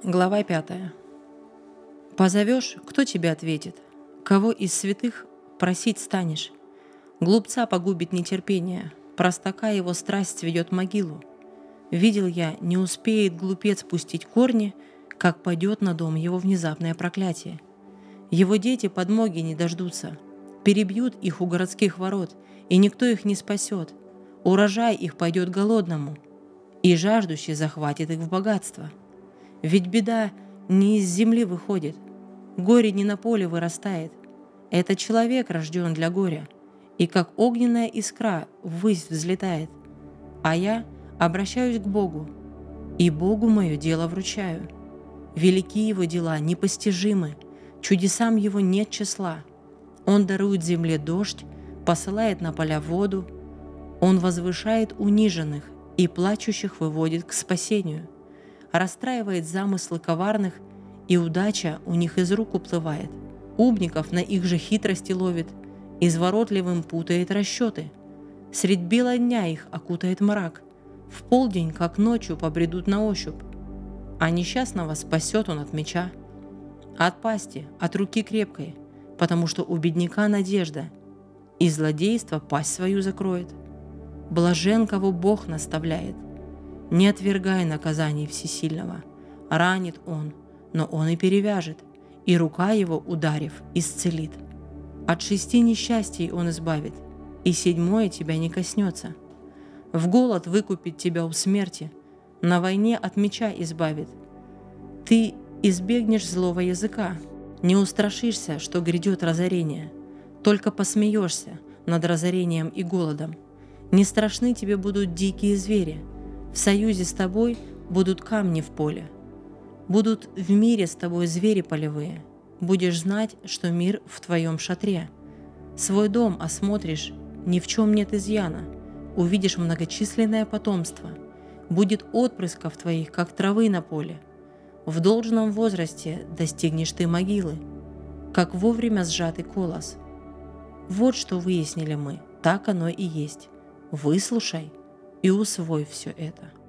Глава 5. Позовешь, кто тебе ответит? Кого из святых просить станешь? Глупца погубит нетерпение, простака его страсть ведет в могилу. Видел я, не успеет глупец пустить корни, как падет на дом его внезапное проклятие. Его дети подмоги не дождутся, перебьют их у городских ворот, и никто их не спасет. Урожай их пойдет голодному, и жаждущий захватит их в богатство. Ведь беда не из земли выходит, горе не на поле вырастает. Это человек рожден для горя, и как огненная искра ввысь взлетает. А я обращаюсь к Богу, и Богу мое дело вручаю. Велики его дела, непостижимы, чудесам его нет числа. Он дарует земле дождь, посылает на поля воду. Он возвышает униженных и плачущих выводит к спасению. Расстраивает замыслы коварных, и удача у них из рук уплывает. Умников на их же хитрости ловит, изворотливым путает расчеты. Средь бела дня их окутает мрак, в полдень, как ночью, побредут на ощупь. А несчастного спасет он от меча, от пасти, от руки крепкой, потому что у бедняка надежда, и злодейство пасть свою закроет. Блажен, кого Бог наставляет. Не отвергай наказаний всесильного. Ранит он, но он и перевяжет, и рука его, ударив, исцелит. От 6 несчастий он избавит, и 7 тебя не коснется. В голод выкупит тебя у смерти, на войне от меча избавит. Ты избегнешь злого языка, не устрашишься, что грядет разорение, только посмеешься над разорением и голодом. Не страшны тебе будут дикие звери, в союзе с тобой будут камни в поле. Будут в мире с тобой звери полевые. Будешь знать, что мир в твоем шатре. Свой дом осмотришь, ни в чем нет изъяна. Увидишь многочисленное потомство. Будет отпрысков твоих, как травы на поле. В должном возрасте достигнешь ты могилы, как вовремя сжатый колос. Вот что выяснили мы, так оно и есть. Выслушай и усвой все это.